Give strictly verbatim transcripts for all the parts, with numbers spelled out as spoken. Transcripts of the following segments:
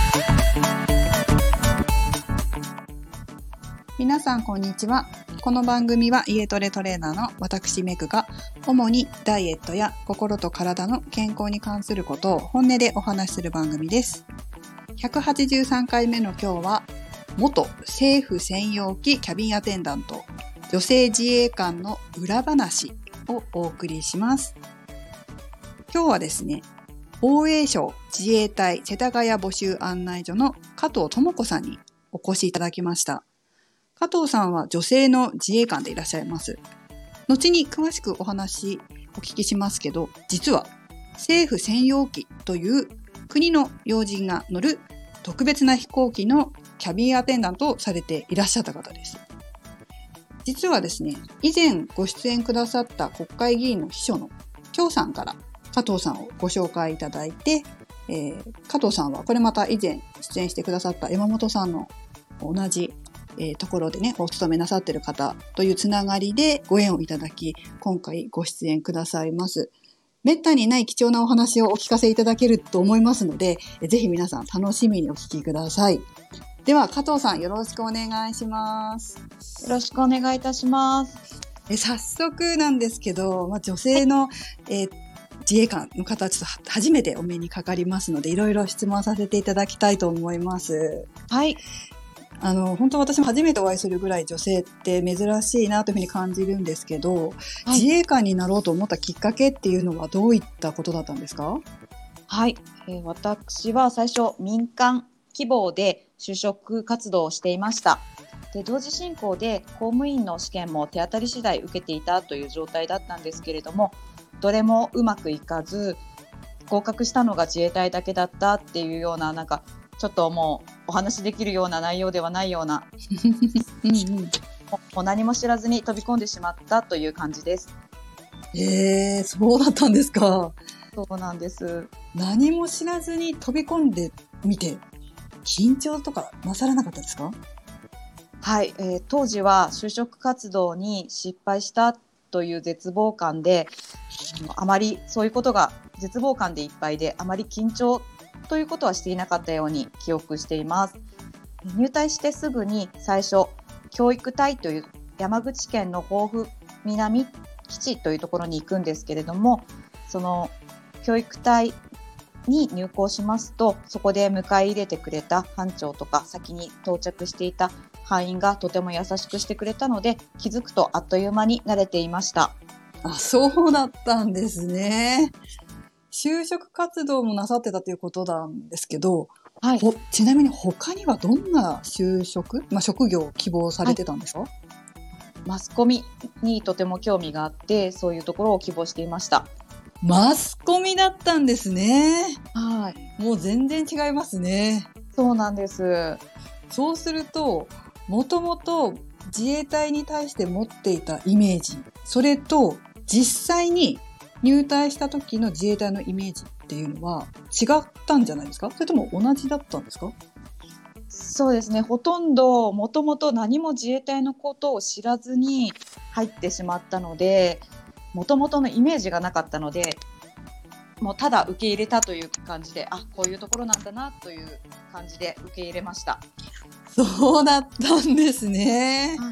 皆さんこんにちは。この番組は家トレトレーナーの私メグが主にダイエットや心と体の健康に関することを本音でお話しする番組です。ひゃくはちじゅうさんかいめの今日は元政府専用機キャビンアテンダント女性自衛官の裏話をお送りします。今日はですね、防衛省自衛隊世田谷募集案内所の加藤智子さんにお越しいただきました。加藤さんは女性の自衛官でいらっしゃいます。後に詳しくお話お聞きしますけど、実は政府専用機という国の要人が乗る特別な飛行機のキャビンアテンダントをされていらっしゃった方です。実はですね、以前ご出演くださった国会議員の秘書の張さんから加藤さんをご紹介いただいて、えー、加藤さんはこれまた以前出演してくださった山本さんの同じえー、ところでね、お勤めなさっている方というつながりでご縁をいただき、今回ご出演くださいます。めったにない貴重なお話をお聞かせいただけると思いますので、ぜひ皆さん楽しみにお聞きください。では加藤さん、よろしくお願いします。 よろしくお願いいたします。 え早速なんですけど、まあ、女性の、はい、えー自衛官の方はちょっと初めてお目にかかりますので、いろいろ質問させていただきたいと思います。 はい。 あの本当私も初めてお会いするぐらい女性って珍しいなというふうに感じるんですけど、はい、自衛官になろうと思ったきっかけっていうのはどういったことだったんですか？ はい、えー、私は最初民間希望で就職活動をしていました。で同時進行で公務員の試験も手当たり次第受けていたという状態だったんですけれども、どれもうまくいかず合格したのが自衛隊だけだったっていうような、なんかちょっともうお話できるような内容ではないようなうん、うん、もう何も知らずに飛び込んでしまったという感じです。 えー、そうだったんですか。 そうなんです。 何も知らずに飛び込んでみて緊張とかなさらなかったですか？ はい、えー、当時は就職活動に失敗したという絶望感で、あまりそういうことが絶望感でいっぱいで、あまり緊張ということはしていなかったように記憶しています。入隊してすぐに最初教育隊という山口県の防府南基地というところに行くんですけれども、その教育隊に入校しますと、そこで迎え入れてくれた班長とか先に到着していた班員がとても優しくしてくれたので、気づくとあっという間に慣れていました。 あ、そうだったんですね。就職活動もなさってたということなんですけど、はい、ちなみに他にはどんな就職、まあ、職業を希望されてたんですか？はい、 マスコミにとても興味があって、そういうところを希望していました。 マスコミだったんですね。 はい。 もう全然違いますね。 そうなんです。 そうすると、もともと自衛隊に対して持っていたイメージ、それと実際に入隊した時の自衛隊のイメージっていうのは違ったんじゃないですか？それとも同じだったんですか？ そうですね。ほとんどもともと何も自衛隊のことを知らずに入ってしまったので、もともとのイメージがなかったので、もうただ受け入れたという感じで、あ、こういうところなんだなという感じで受け入れました。 そうだったんですね。はい、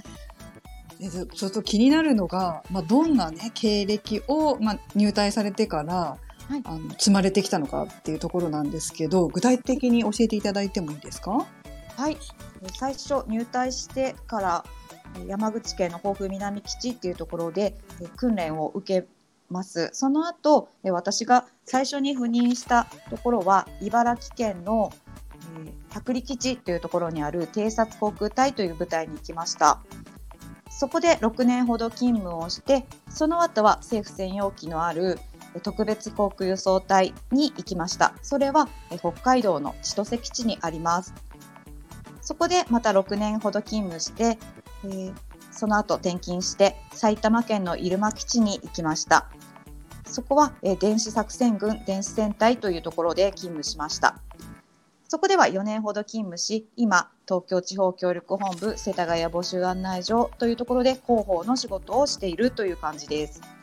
でちょっと気になるのが、まあ、どんな、ね、経歴を、まあ、入隊されてから、はい、あの積まれてきたのかっていうところなんですけど、具体的に教えていただいてもいいですか？ はい、最初入隊してから山口県の防府南基地っていうところで訓練を受けます。その後私が最初に赴任したところは茨城県の百里基地というところにある偵察航空隊という部隊に行きました。そこでろくねんほど勤務をして、その後は政府専用機のある特別航空輸送隊に行きました。それは北海道の千歳基地にあります。そこでまたろくねんほど勤務して、えー、その後転勤して埼玉県の入間基地に行きました。そこは、えー、電子作戦群電子戦隊というところで勤務しました。そこではよねんほど勤務し、今東京地方協力本部世田谷募集案内所というところで広報の仕事をしているという感じです。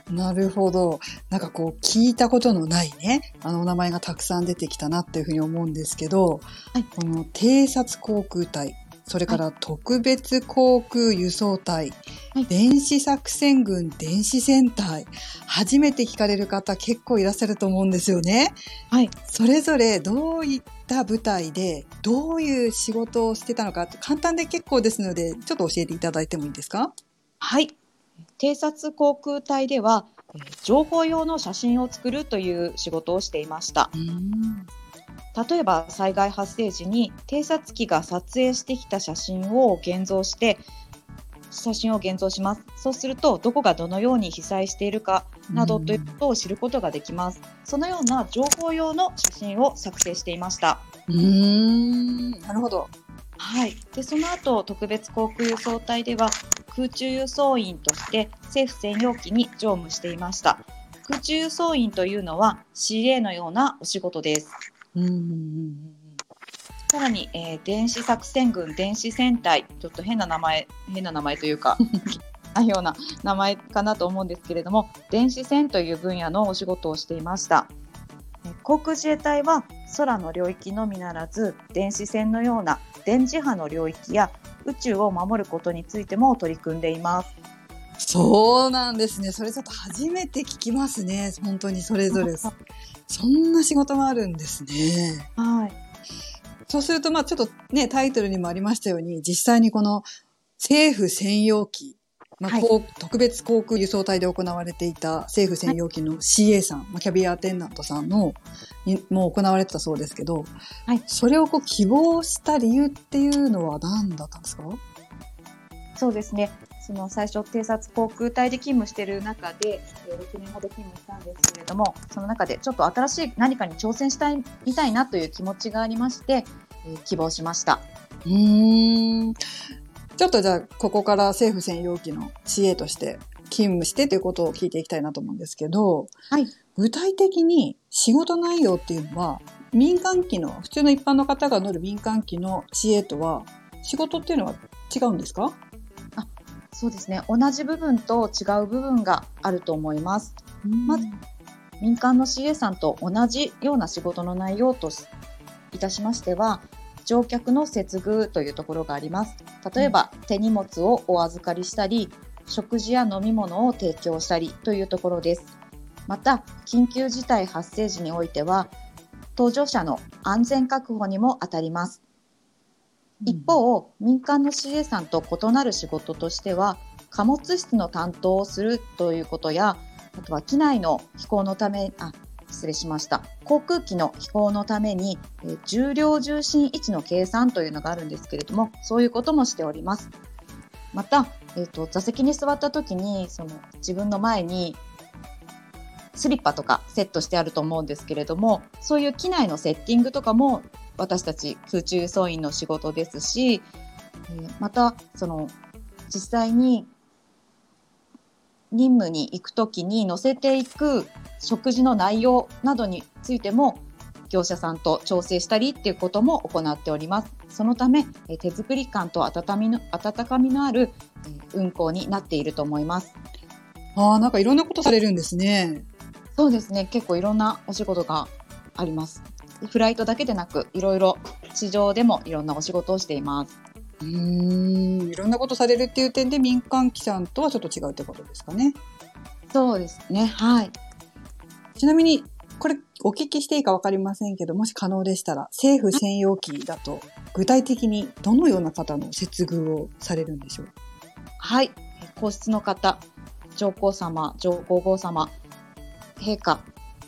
なるほど。なんかこう聞いたことのないね、あのお名前がたくさん出てきたなっていうふうに思うんですけど、 はい、 この偵察航空隊、それから特別航空輸送隊、 はい、 電子作戦軍電子戦隊、初めて聞かれる方結構いらっしゃると思うんですよね。 はい、 それぞれどういった部隊でどういう仕事をしてたのか、簡単で結構ですのでちょっと教えていただいてもいいですか？ はい。偵察航空隊では、えー情報用の写真を作るという仕事をしていました。 うーん。 例えば災害発生時に偵察機が撮影してきた写真を現像して写真を現像します。そうするとどこがどのように被災しているかなどということを知ることができます。そのような情報用の写真を作成していました。 うーん。なるほど。 はい、でその後特別航空輸送隊では空中輸送員として政府専用機に乗務していました。空中輸送員というのは シーエー のようなお仕事です。 うんうんうんうん。 さらに、えー電子作戦軍電子戦隊、ちょっと変な名前変な名前というかないような名前かなと思うんですけれども、電子戦という分野のお仕事をしていました。えー航空自衛隊は空の領域のみならず電子戦のような電磁波の領域や宇宙を守ることについても取り組んでいます。 そうなんですね。それちょっと初めて聞きますね。本当にそれぞれ。そんな仕事があるんですね。 はい、 そうすると、まあちょっとね、タイトルにもありましたように、実際にこの政府専用機、まあはいこう特別航空輸送隊で行われていた政府専用機の シーエー さん、まあ、キャビアアテンダントさんのにもう行われてたそうですけど、 はい、 それをこう希望した理由っていうのは何だったんですか？ そうですね。その最初偵察航空隊で勤務している中で、えーろくねんほど勤務したんですけれども、その中でちょっと新しい何かに挑戦したいみたいなという気持ちがありまして、えー希望しました。 うーん。ちょっとじゃあ、ここから政府専用機の シーエー として勤務してということを聞いていきたいなと思うんですけど、 はい、 具体的に仕事内容っていうのは、民間機の、普通の一般の方が乗る民間機の シーエー とは、仕事っていうのは違うんですか？ あ、そうですね。同じ部分と違う部分があると思います。まず民間の シーエー さんと同じような仕事の内容といたしましては、乗客の接遇というところがあります。例えば、手荷物をお預かりしたり、食事や飲み物を提供したりというところです。また、緊急事態発生時においては、搭乗者の安全確保にも当たります。一方、民間の シーエー さんと異なる仕事としては、貨物室の担当をするということや、あとは機内の飛行のため、あ、失礼しました。航空機の飛行のために、えー重量重心位置の計算というのがあるんですけれども、そういうこともしております。また、えーと、座席に座った時に、その自分の前にスリッパとかセットしてあると思うんですけれども、そういう機内のセッティングとかも私たち空中輸送員の仕事ですし、えーまたその実際に任務に行くときに乗せていく食事の内容などについても業者さんと調整したりっていうことも行っております。そのためえー手作り感と温みの温かみのあるえー運行になっていると思います。 ああ、なんかいろんなことされるんですね。 そうですね。結構いろんなお仕事があります。フライトだけでなく、いろいろ地上でもいろんなお仕事をしています。 うーん、いろんなことされるっていう点で民間機さんとはちょっと違うってことですかね。 そうですね。はい。 ちなみに、これお聞きしていいかわかりませんけど、もし可能でしたら、政府専用機だと、具体的にどのような方の接遇をされるんでしょう？ はい。皇室の方、上皇様、上皇后様、陛下、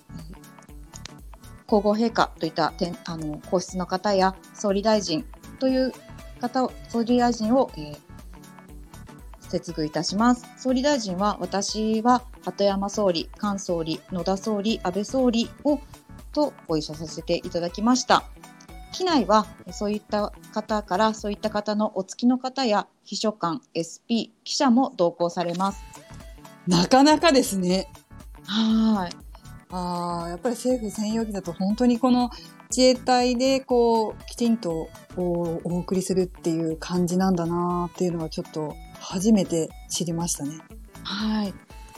皇后陛下といった点あの皇室の方や総理大臣という方を、総理大臣を、えー接遇いたします。総理大臣は、私は鳩山総理、菅総理、野田総理、安倍総理をとご一緒させていただきました。機内はそういった方からそういった方のお付きの方や秘書官、エスピー、記者も同行されます。 なかなかですね。 はい。 ああ、やっぱり政府専用機だと本当にこの自衛隊でこうきちんとおお送りするっていう感じなんだなっていうのはちょっと初めて知りましたね。 はい。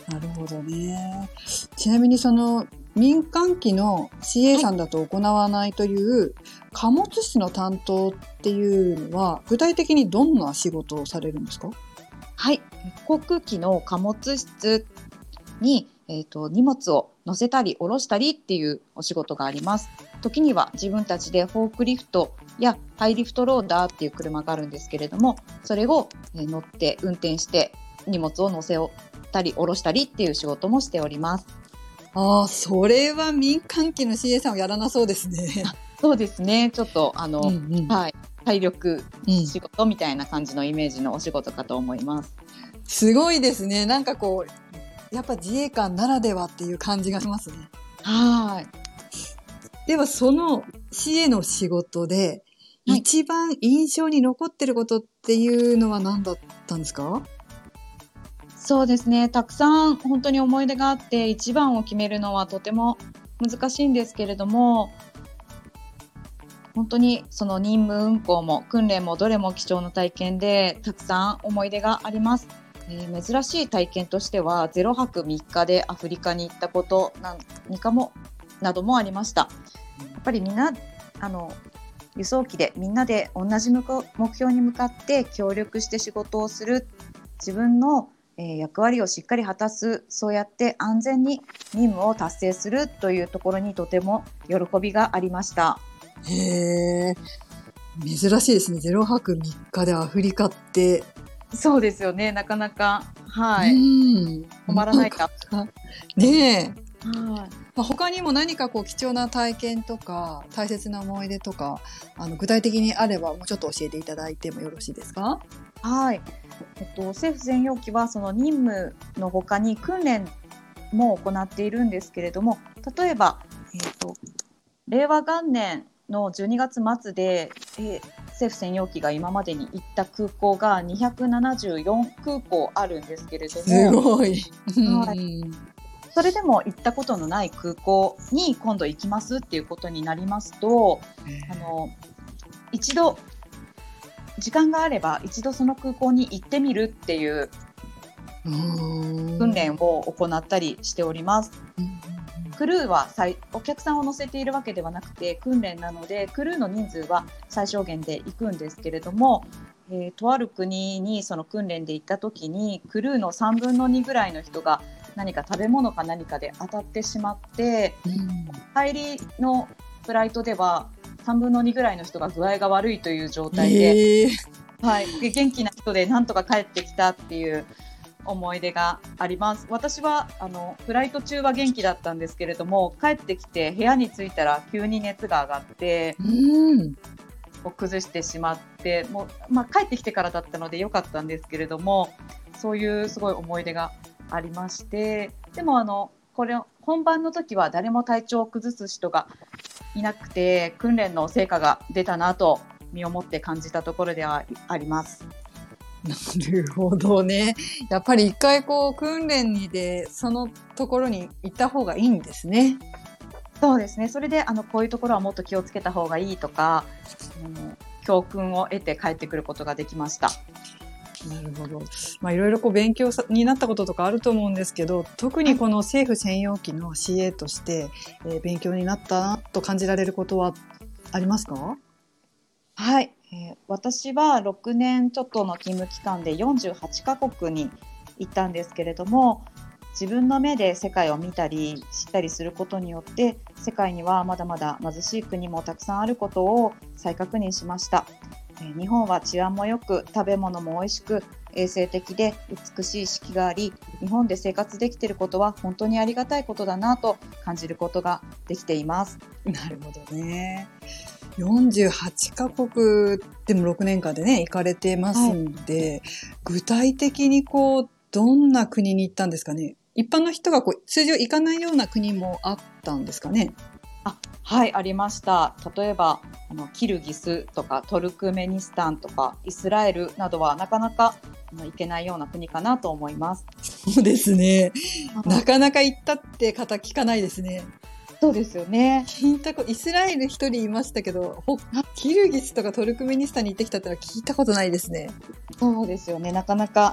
なるほどね。ちなみにその民間機の シーエー さんだと行わないという貨物室の担当っていうのは具体的にどんな仕事をされるんですか？ はい、航空機の貨物室に、えーと、荷物を乗せたり下ろしたりっていうお仕事があります。時には自分たちでフォークリフトやハイリフトローダーっていう車があるんですけれども、それを乗って運転して荷物を乗せたり下ろしたりっていう仕事もしております。 ああ、それは民間機の シーエー さんはやらなそうですね。 そうですね。ちょっとあの、うんうん、はい、体力仕事みたいな感じのイメージのお仕事かと思います。 うん、すごいですね。なんかこうやっぱ自衛官ならではっていう感じがしますね。 はい。 ではその シーエー の仕事で一番印象に残ってることっていうのは何だったんですか？ そうですね。たくさん本当に思い出があって一番を決めるのはとても難しいんですけれども、本当にその任務運行も訓練もどれも貴重な体験でたくさん思い出があります。えー、珍しい体験としてはゼロはくみっかでアフリカに行ったこと何かもなどもありました。やっぱりみんなあの輸送機でみんなで同じ目標に向かって協力して仕事をする、自分の役割をしっかり果たす、そうやって安全に任務を達成するというところにとても喜びがありました。 へー、珍しいですね。ゼロはくみっかでアフリカって。 そうですよね。なかなか、はい、 うん止まらないか。 ねえ。 はい。 他にも何かこう貴重な体験とか大切な思い出とかあの具体的にあればもうちょっと教えていただいてもよろしいですか？ はい、えっと、政府専用機はその任務の他に訓練も行っているんですけれども、例えば、えっと、令和元年のじゅうにがつ末で、えー、政府専用機が今までに行った空港がにひゃくななじゅうよんくうこうあるんですけれども、 すごい、 はい、それでも行ったことのない空港に今度行きますっていうことになりますと、あの一度時間があれば一度その空港に行ってみるっていう訓練を行ったりしております。クルーはお客さんを乗せているわけではなくて訓練なので、クルーの人数は最小限で行くんですけれども、えー、とある国にその訓練で行った時にクルーのさんぶんのにぐらいの人が何か食べ物か何かで当たってしまって、うん、帰りのフライトではさんぶんのにぐらいの人が具合が悪いという状態で、はい、元気な人でなんとか帰ってきたっていう思い出があります。私はあのフライト中は元気だったんですけれども、帰ってきて部屋に着いたら急に熱が上がって、うん、を崩してしまってもう、まあ、帰ってきてからだったので良かったんですけれども、そういうすごい思い出がありまして、でもあのこれ本番の時は誰も体調を崩す人がいなくて訓練の成果が出たなと身をもって感じたところではあります。 なるほどね。やっぱり一回こう訓練にでそのところに行った方がいいんですね。 そうですね。それであのこういうところはもっと気をつけた方がいいとか、うん、教訓を得て帰ってくることができました。 なるほど。まあいろいろこう勉強になったこととかあると思うんですけど、特にこの政府専用機の シーエー として、えー、勉強になったなと感じられることはありますか？ はい、えー、私はろくねんちょっとの勤務期間でよんじゅうはちかこくに行ったんですけれども、自分の目で世界を見たり知ったりすることによって世界にはまだまだ貧しい国もたくさんあることを再確認しました。えー、日本は治安も良く食べ物も美味しく衛生的で美しい四季があり、日本で生活できていることは本当にありがたいことだなと感じることができています。 なるほどね。よんじゅうはちかこくでもろくねんかんでね行かれてますんで、はい、具体的にこうどんな国に行ったんですかね。一般の人がこう通常行かないような国もあったんですかね。 あ、はい、ありました。例えばあのキルギスとかトルクメニスタンとかイスラエルなどはなかなか行けないような国かなと思います。 そうですね。なかなか行ったって方聞かないですね。 そうですよね。 聞いたこイスラエル一人いましたけど、キルギスとかトルクメニスタンに行ってきたってのは聞いたことないですね。 そうですよね。なかなか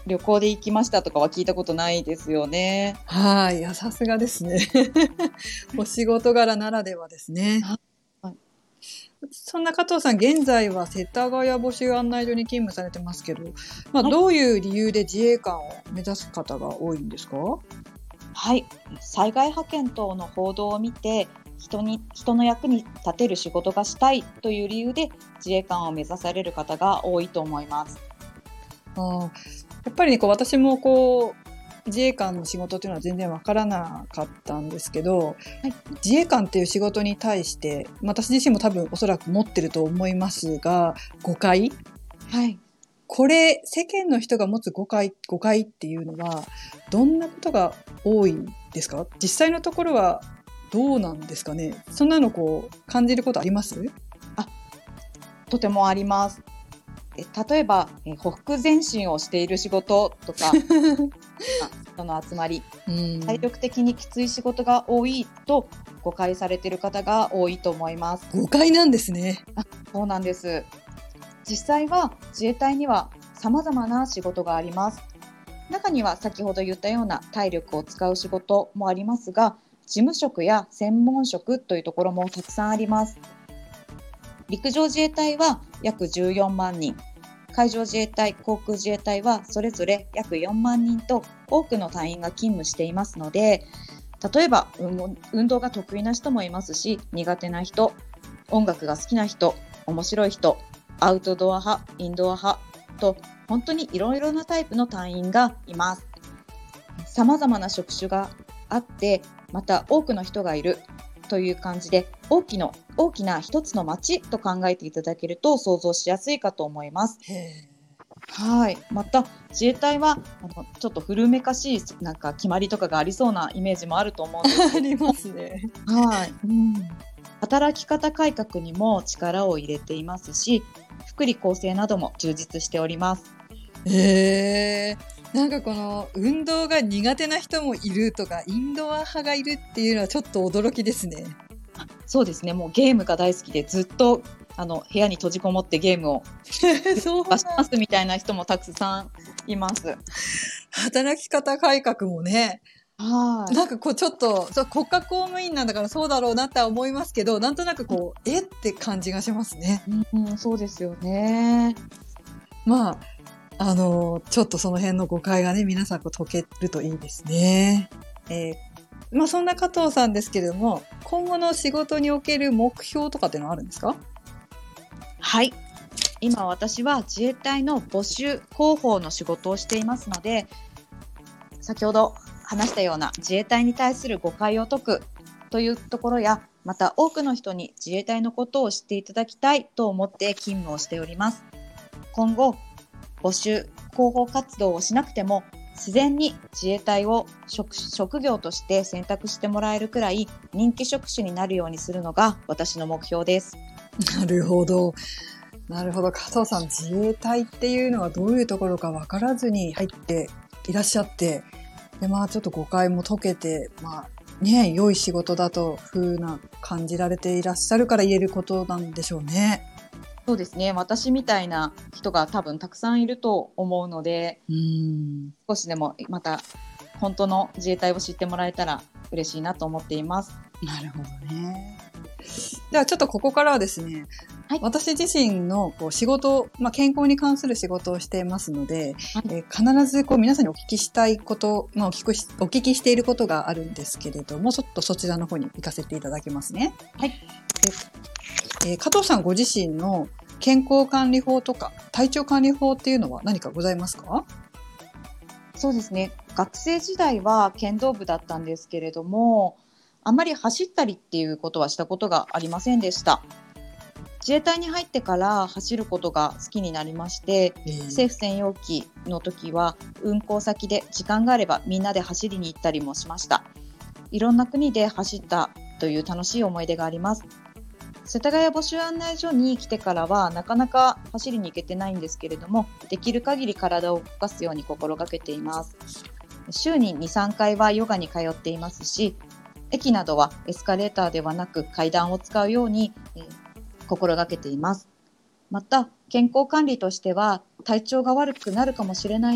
旅行で行きましたとかは聞いたことないですよね。 はい。いや、さすがですね。お仕事柄ならではですね。 はい。 そんな加藤さん、現在は世田谷募集案内所に勤務されてますけど、まあ、 はい。 どういう理由で自衛官を目指す方が多いんですか？ はい。災害派遣等の報道を見て、人に、人の役に立てる仕事がしたいという理由で自衛官を目指される方が多いと思います。 あーやっぱりね、こう私もこう自衛官の仕事っていうのは全然わからなかったんですけど、 はい。 自衛官っていう仕事に対して、まあ私自身も多分おそらく持ってると思いますが、誤解はい。 これ、世間の人が持つ誤解、誤解っていうのは、どんなことが多いんですか？実際のところはどうなんですかね？そんなのこう、感じることあります？ あ、とてもあります。え例えば、えほふ前進をしている仕事とか、あ人の集まり、 う体ん。 力的にきつい仕事が多いと誤解されている方が多いと思います。 誤解なんですね。 そうなんです。実際は自衛隊には様々な仕事があります。中には先ほど言ったような体力を使う仕事もありますが、事務職や専門職というところもたくさんあります。陸上自衛隊は約じゅうよんまんにん、海上自衛隊、航空自衛隊はそれぞれ約よんまんにんと多くの隊員が勤務していますので、例えば運運動が得意な人もいますし、苦手な人、音楽が好きな人、面白い人、アウトドア派、インドア派と本当にいろいろなタイプの隊員がいます。様々な職種があって、また多くの人がいるという感じで、大きな大きな一つの町と考えていただけると想像しやすいかと思います。 へはい。また自衛隊はあのちょっと古めかしいなんか決まりとかがありそうなイメージもあると思うんですーあけど、 りますね。 はい。うん、働き方改革にも力を入れていますし、福利厚生なども充実しております。 へえ。なんかこの運動が苦手な人もいるとか、インドア派がいるっていうのはちょっと驚きですね。 そうですね。もうゲームが大好きでずっとあの部屋に閉じこもってゲームをそうしまなすみたいな人もたくさんいます。 働き方改革もね、 はい。 なんかこうちょっと、そう国家公務員なんだからそうだろうなって思いますけど、なんとなくこう、えって感じがしますね。 うん、そうですよね。 まあ、あの、ちょっとその辺の誤解がね、皆さんこう解けるといいですね。えーまあそんな加藤さんですけれども、今後の仕事における目標とかっていうのはあるんですか？ はい。今私は自衛隊の募集広報の仕事をしていますので、先ほど話したような自衛隊に対する誤解を解くというところや、また多くの人に自衛隊のことを知っていただきたいと思って勤務をしております。今後、募集、広報活動をしなくても、自然に自衛隊を 職, 職業として選択してもらえるくらい人気職種になるようにするのが私の目標です。 なるほど。なるほど。加藤さん、自衛隊っていうのはどういうところか分からずに入っていらっしゃって、で、まあちょっと誤解も解けて、まあね、良い仕事だと風な感じられていらっしゃるから言えることなんでしょうね。 そうですね。私みたいな人が多分たくさんいると思うので、 うーん。 少しでもまた本当の自衛隊を知ってもらえたら嬉しいなと思っています。 なるほどね。ではちょっとここからはですね、 はい。 私自身のこう仕事、まあ、健康に関する仕事をしていますので、 はいえー必ずこう皆さんにお聞きしたいこと、まあ、お聞きし、お聞きしていることがあるんですけれども、ちょっとそちらの方に行かせていただきますね。 はい。 えー加藤さんご自身の健康管理法とか体調管理法っていうのは何かございますか？ そうですね。学生時代は剣道部だったんですけれども、あまり走ったりっていうことはしたことがありませんでした。自衛隊に入ってから走ることが好きになりまして、 えー政府専用機の時は運行先で時間があればみんなで走りに行ったりもしました。いろんな国で走ったという楽しい思い出があります。世田谷募集案内所に来てからはなかなか走りに行けてないんですけれども、できる限り体を動かすように心がけています。週にに、さんかいはヨガに通っていますし、駅などはエスカレーターではなく階段を使うように、えー心がけています。また健康管理としては体調が悪くなるかもしれないな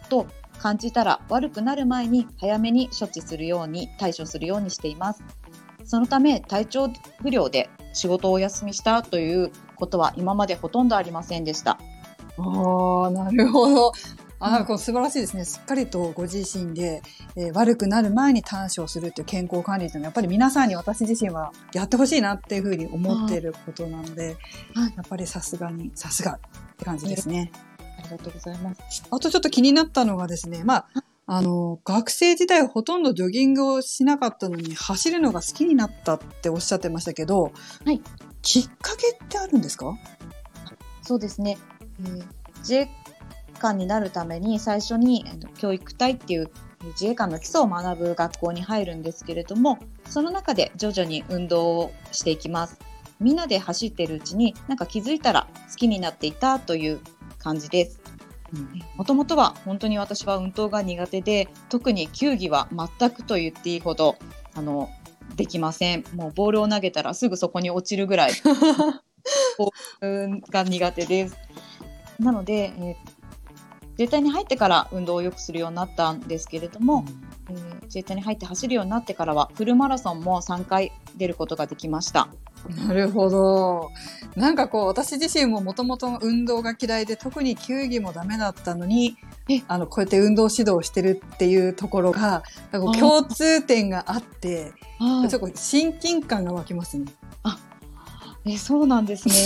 と感じたら悪くなる前に早めに処置するように対処するようにしています。そのため体調不良で仕事をお休みしたということは今までほとんどありませんでした。 ああ、なるほど。あ、なんかこう素晴らしいですね。しっかりとご自身で、えー悪くなる前に対処するっていう健康管理というのはやっぱり皆さんに私自身はやってほしいなっていうふうに思っていることなので、 はい、 やっぱりさすがに、さすがって感じですね。 ありがとうございます。 あとちょっと気になったのがですね、まあ、あの、学生時代ほとんどジョギングをしなかったのに走るのが好きになったっておっしゃってましたけど、 はい、 きっかけってあるんですか？ そうですね、えー自衛官になるために最初に、えーと教育隊っていうえー自衛官の基礎を学ぶ学校に入るんですけれども、その中で徐々に運動をしていきます。みんなで走っているうちになんか気づいたら好きになっていたという感じです。もともとは本当に私は運動が苦手で、特に球技は全くと言っていいほどあのできません。もうボールを投げたらすぐそこに落ちるぐらいボールが苦手です。なので、えー自衛隊に入ってから運動をよくするようになったんですけれども、えー自衛隊に入って走るようになってからはフルマラソンもさんかい出ることができました。 なるほど。なんかこう、私自身ももともと運動が嫌いで、特に球技もダメだったのに、 えあの、こうやって運動指導してるっていうところが、なんかこうあー共通点があって、 あちょっと親近感が湧きますね。 えそうなんですね。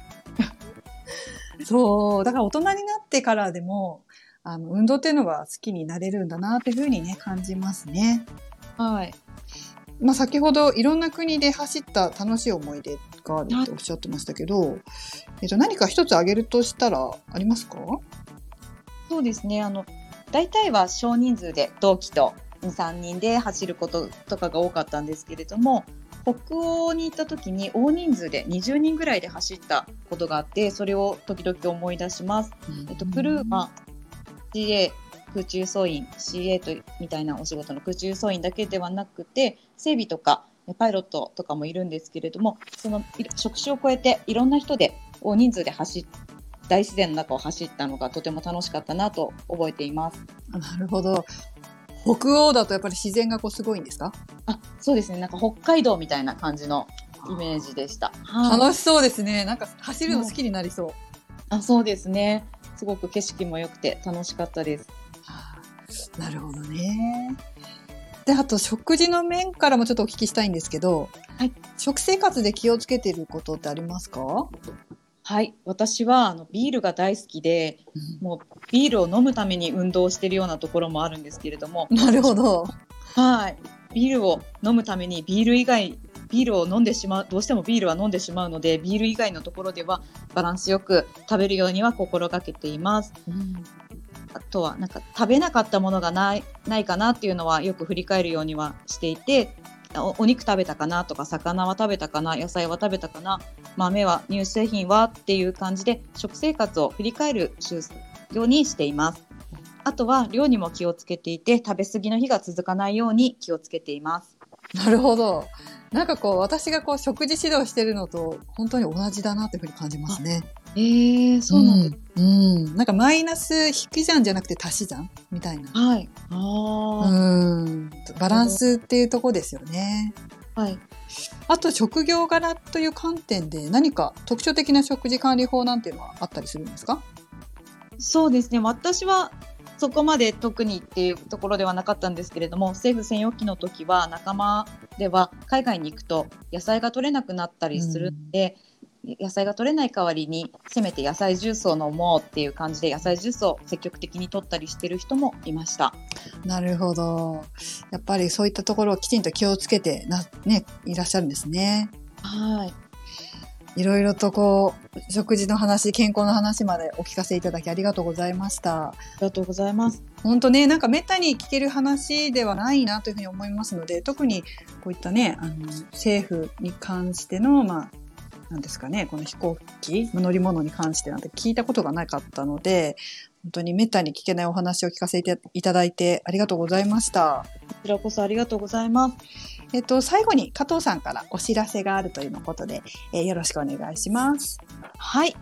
そう。だから大人になってからでも、あの、運動っていうのは好きになれるんだなっていうふうにね、感じますね。 はいまあ、先ほどいろんな国で走った楽しい思い出があるっておっしゃってましたけど、えっと、何か一つ挙げるとしたらありますか？ そうですね、あの大体は少人数で同期とに、さんにんで走ることとかが多かったんですけれども、北欧に行った時に大人数でにじゅうにんぐらいで走ったことがあって、それを時々思い出します。えっと、クルーは シーエー 空中操員 シーエー とみたいなお仕事の空中操員だけではなくて、整備とかパイロットとかもいるんですけれども、そのい職種を超えていろんな人で大人数で走って大自然の中を走ったのがとても楽しかったなと覚えています。 あ、なるほど。北欧だとやっぱり自然がこうすごいんですか？ あ、そうですね、なんか北海道みたいな感じのイメージでした。はい、 楽しそうですね。なんか走るの好きになりそう。 あ、そうですね、すごく景色も良くて楽しかったです。 はあ、なるほどね。で、あと食事の面からもちょっとお聞きしたいんですけど、 はい、 食生活で気をつけていることってありますか？ はい、私はあのビールが大好きで、もうビールを飲むために運動しているようなところもあるんですけれども、 なるほど。 はい、ビールを飲むためにビール以外ビールを飲んでしまうどうしてもビールは飲んでしまうので、ビール以外のところではバランスよく食べるようには心がけています。 うんあとはなんか食べなかったものがないないかなっていうのはよく振り返るようにはしていて、お、お肉食べたかなとか、魚は食べたかな、野菜は食べたかな、豆は乳製品はっていう感じで食生活を振り返るようにしています。あとは量にも気をつけていて、食べ過ぎの日が続かないように気をつけています。 なるほど。なんかこう、私がこう、食事指導してるのと、本当に同じだなっていうふうに感じますね。 えー、そうなんです。 うん。うん。なんかマイナス引き算じゃなくて足し算みたいな。 はい。あー、 うん。バランスっていうとこですよね。 はい。 あと、職業柄という観点で何か特徴的な食事管理法なんていうのはあったりするんですか？ そうですね、私はそこまで特にっていうところではなかったんですけれども、政府専用機の時は仲間では海外に行くと野菜が取れなくなったりするので、野菜が取れない代わりにせめて野菜ジュースを飲もうっていう感じで野菜ジュースを積極的に取ったりしてる人もいました。 なるほど。やっぱりそういったところをきちんと気をつけてな、ね、いらっしゃるんですね。 はい。 いろいろとこう、食事の話、健康の話までお聞かせいただきありがとうございました。 ありがとうございます。 本当ね、なんかめったに聞ける話ではないなというふうに思いますので、特にこういったね、あの、政府に関しての、まあ、なんですかね、この飛行機、乗り物に関してなんて聞いたことがなかったので、本当にめったに聞けないお話を聞かせていただいてありがとうございました。 こちらこそありがとうございます。 えっと、最後に加藤さんからお知らせがあるというのことで、えーよろしくお願いします。 はい。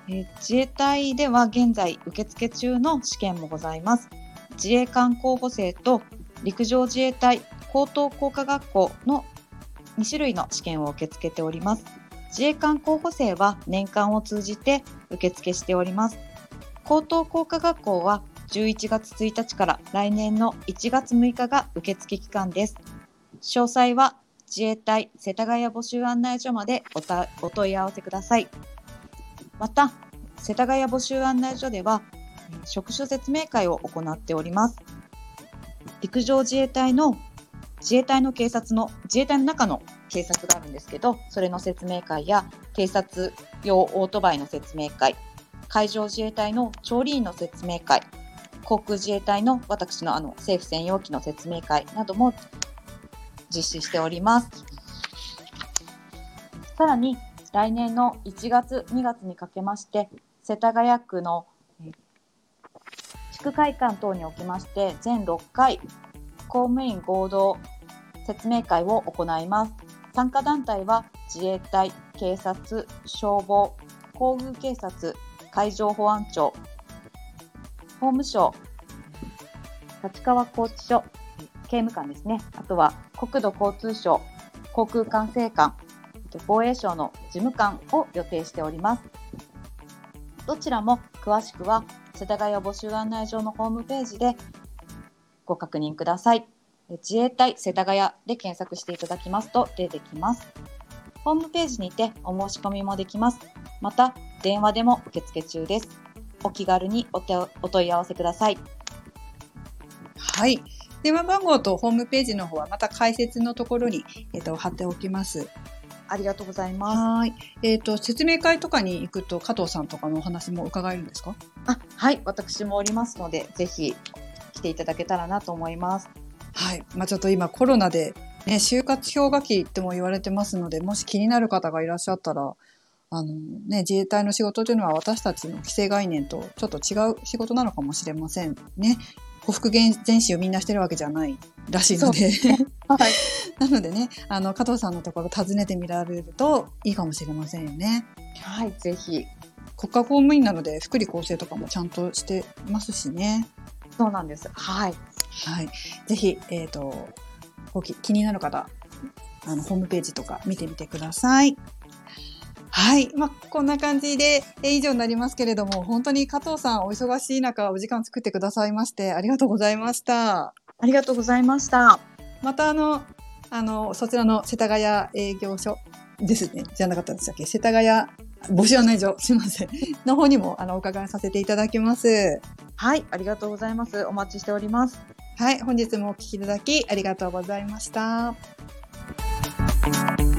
えー自衛隊では現在受付中の試験もございます。自衛官候補生と陸上自衛隊高等工科学校のに種類の試験を受け付けております。自衛官候補生は年間を通じて受付しております。高等工科学校はじゅういちがつついたちから来年のいちがつむいかが受付期間です。詳細は自衛隊世田谷募集案内所まで お, たお問い合わせください。また、世田谷募集案内所では職種説明会を行っております。陸上自衛隊の自衛隊の警察の自衛隊の中の警察があるんですけど、それの説明会や警察用オートバイの説明会、海上自衛隊の調理員の説明会、航空自衛隊の私のあの政府専用機の説明会なども実施しております。さらに来年のいちがつにがつにかけまして、世田谷区の地区会館等におきまして全ろっかい公務員合同説明会を行います。参加団体は自衛隊、警察、消防、皇宮警察、海上保安庁、法務省、立川拘置所、刑務官ですね。あとは国土交通省、航空管制官、防衛省の事務官を予定しております。どちらも詳しくは世田谷募集案内所のホームページでご確認ください。自衛隊世田谷で検索していただきますと出てきます。ホームページにてお申し込みもできます。また電話でも受付中です。お気軽に お, 手お問い合わせください。 はい。電話番号とホームページの方はまた解説のところに、えっと、貼っておきます。 ありがとうございます。 はい。えっと、説明会とかに行くと加藤さんとかのお話も伺えるんですか？ あ、はい。私もおりますので、ぜひ来ていただけたらなと思います。 はい。まあちょっと今コロナでね、就活氷河期っても言われてますので、もし気になる方がいらっしゃったら、あのね、自衛隊の仕事というのは私たちの既成概念とちょっと違う仕事なのかもしれませんね。匍匐前進をみんなしてるわけじゃないらしいので、 はい、 なのでね、あの加藤さんのところ訪ねてみられるといいかもしれませんよね。 はい、ぜひ。 国家公務員なので福利厚生とかもちゃんとしてますしね。 そうなんです。はい。 はい。ぜひ、えっと、気になる方、あの、ホームページとか見てみてください。はい。まあ、こんな感じで、え以上になりますけれども、本当に加藤さんお忙しい中、お時間作ってくださいまして、ありがとうございました。 ありがとうございました。 また、あの、あの、そちらの世田谷営業所ですね。じゃなかったんでしたっけ？世田谷募集案内所、すいません。の方にも、あの、お伺いさせていただきます。 はい。ありがとうございます。お待ちしております。 はい。本日もお聞きいただき、ありがとうございました。